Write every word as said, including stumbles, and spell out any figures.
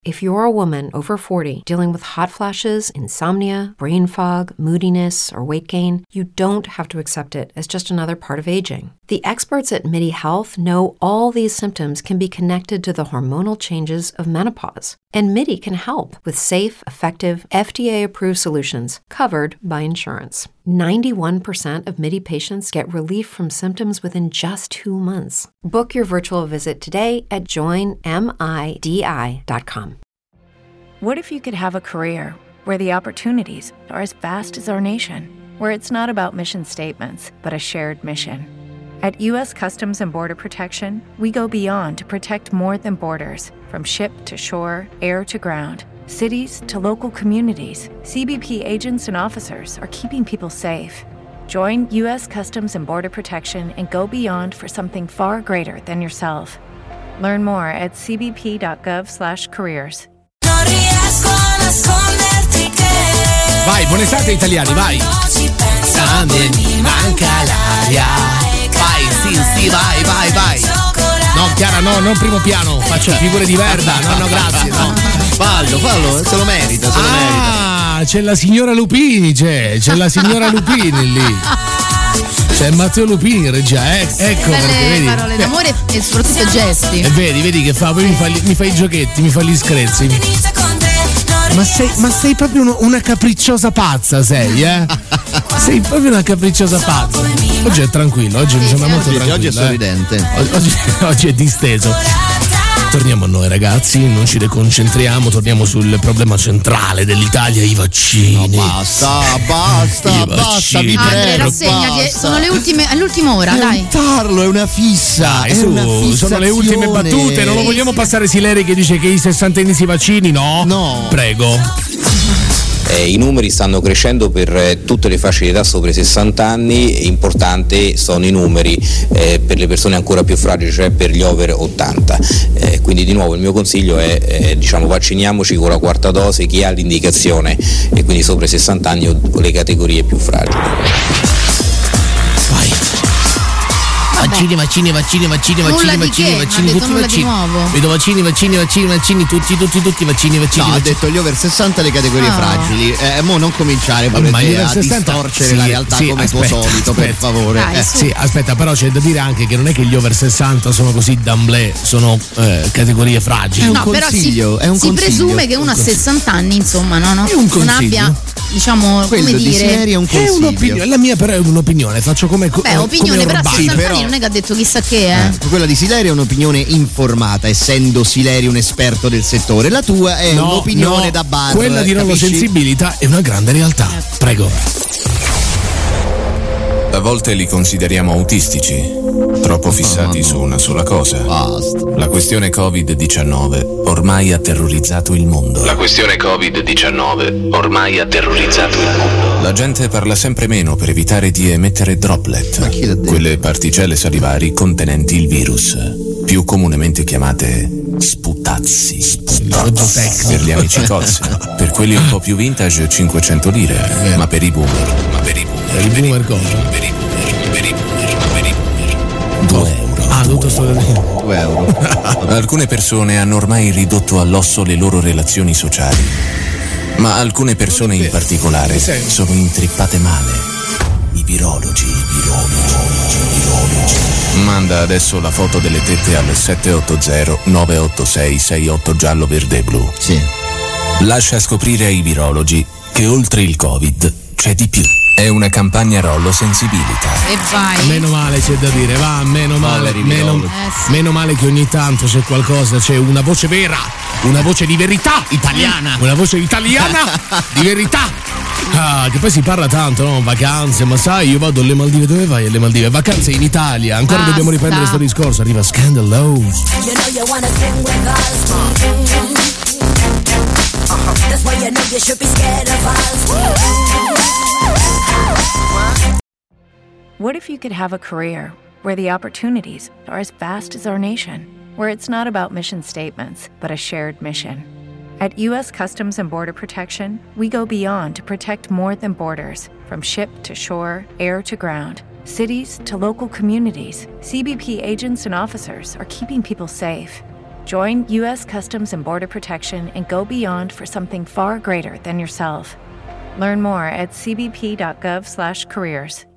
If you're a woman over forty dealing with hot flashes, insomnia, brain fog, moodiness, or weight gain, you don't have to accept it as just another part of aging. The experts at MIDI Health know all these symptoms can be connected to the hormonal changes of menopause. And MIDI can help with safe, effective, F D A-approved solutions covered by insurance. ninety-one percent of MIDI patients get relief from symptoms within just two months. Book your virtual visit today at join midi dot com. What if you could have a career where the opportunities are as vast as our nation, where it's not about mission statements, but a shared mission? At U S Customs and Border Protection, we go beyond to protect more than borders. From ship to shore, air to ground, cities to local communities, C B P agents and officers are keeping people safe. Join U S Customs and Border Protection and go beyond for something far greater than yourself. Learn more at c b p dot gov slash careers. Non riesco a nasconderti che Vai, buon estate italiani, vai! Sangue mi manca l'aria. Vai, sì, sì, vai, vai, vai! No, Chiara, no, non primo piano, faccio figure di Verda, no, no, grazie, no. Fallo, fallo, se lo merita, se lo merita. Ah, c'è la signora Lupini, c'è, c'è la signora Lupini lì. C'è Matteo Lupini in regia, eh, ecco Belle perché, vedi. parole d'amore e soprattutto gesti. E vedi, vedi che fa, poi mi fa, mi fa i giochetti, mi fa gli screzzi. Ma sei, ma sei proprio uno, una capricciosa pazza, sei, eh? Sei proprio una capricciosa pazza. Oggi è tranquillo, oggi mi sembra molto Oggi, tranquillo. oggi è sorridente. Eh? Oggi, oggi è disteso. Torniamo a noi ragazzi, non ci deconcentriamo, torniamo sul problema centrale dell'Italia, i vaccini. No, basta, basta, I basta, vaccini. vi Andre, prego, rassegnati, basta. sono le ultime, all'ultima ora, È dai. un tarlo, è una fissa. Dai, è su, una sono le ultime fissazione. battute, non lo vogliamo passare Sileri che dice che i sessantenni si vaccini, no? No. Prego. Eh, I numeri stanno crescendo per eh, tutte le fasce di età sopra i sessanta anni, importante sono i numeri eh, per le persone ancora più fragili, cioè per gli over ottanta. Eh, quindi di nuovo il mio consiglio è eh, diciamo vacciniamoci con la quarta dose chi ha l'indicazione e quindi sopra i sessanta anni o le categorie più fragili. Vai. Vaccini, vaccini, vaccini, vaccini, Nulla vaccini, di vaccini, che, vaccini, ha detto tutti nulla di vaccini. nuovo. Vedo vaccini, vaccini, vaccini, vaccini, tutti, tutti, tutti, vaccini, vaccini. No, ha vaccini. detto gli over sessanta le categorie Ah. fragili. Eh, mo non cominciare pure Ma gli te over a sessanta distorcere sì, la realtà sì, come aspetta, tuo solito, per aspetta. favore. Dai, Eh. su. Sì, aspetta, però c'è da dire anche che non è che gli over sessanta sono così d'amblè, sono eh, categorie fragili. È un No, però si, consiglio, è un si consiglio. presume che uno a sessanta anni, insomma, no, no, È un non abbia, consiglio. diciamo, Quello come di dire. Sileri è un È consiglio. un'opinione, la mia però è un'opinione, faccio come Beh, come opinione, però a Orbán. sessanta però- anni non è che ha detto chissà che, eh. Eh, quella di Sileri è un'opinione informata, essendo Sileri un esperto del settore. La tua è No, un'opinione no, da bar. quella di Rollo capisci? Sensibilità è una grande realtà. Prego. A volte li consideriamo autistici, troppo fissati su una sola cosa. Basta. La questione covid diciannove ormai ha terrorizzato il mondo. La questione covid diciannove ormai ha terrorizzato il mondo. La gente parla sempre meno per evitare di emettere droplet, Ma chi l'ha detto? quelle particelle salivari contenenti il virus, più comunemente chiamate sputazzi. Sputazzi. Per gli amici cozze, per quelli un po' più vintage cinquecento lire, ma per i boomer, ma per i boomer, Il boomer cosa? per i boomer, per i boomer, per i boomer. due euro. Ah, tutto sto due euro. Alcune persone hanno ormai ridotto all'osso le loro relazioni sociali, ma alcune persone in particolare sono intrippate male. I virologi, i virologi, i virologi. Manda adesso la foto delle tette al sette otto zero nove otto sei sei otto giallo verde e blu. Sì. Lascia scoprire ai virologi che oltre il Covid c'è di più. È una campagna Rollo Sensibilità. E vai. Meno male c'è da dire, va, meno male, Poveri meno, virologi. Eh, sì. meno male che ogni tanto c'è qualcosa, c'è una voce vera, una voce di verità italiana, una voce italiana di verità. Ah, che poi si parla tanto, no? Vacanze, ma sai, io vado alle Maldive, dove vai alle Maldive? Vacanze in Italia, ancora Basta. dobbiamo riprendere questo discorso, arriva Scandalous. You know you wanna sing with us. That's why you know you should be scared of us. What if you could have a career where the opportunities are as vast as our nation, where it's not about mission statements, but a shared mission? At U S Customs and Border Protection, we go beyond to protect more than borders. From ship to shore, air to ground, cities to local communities, C B P agents and officers are keeping people safe. Join U S Customs and Border Protection and go beyond for something far greater than yourself. Learn more at c b p dot gov slash careers.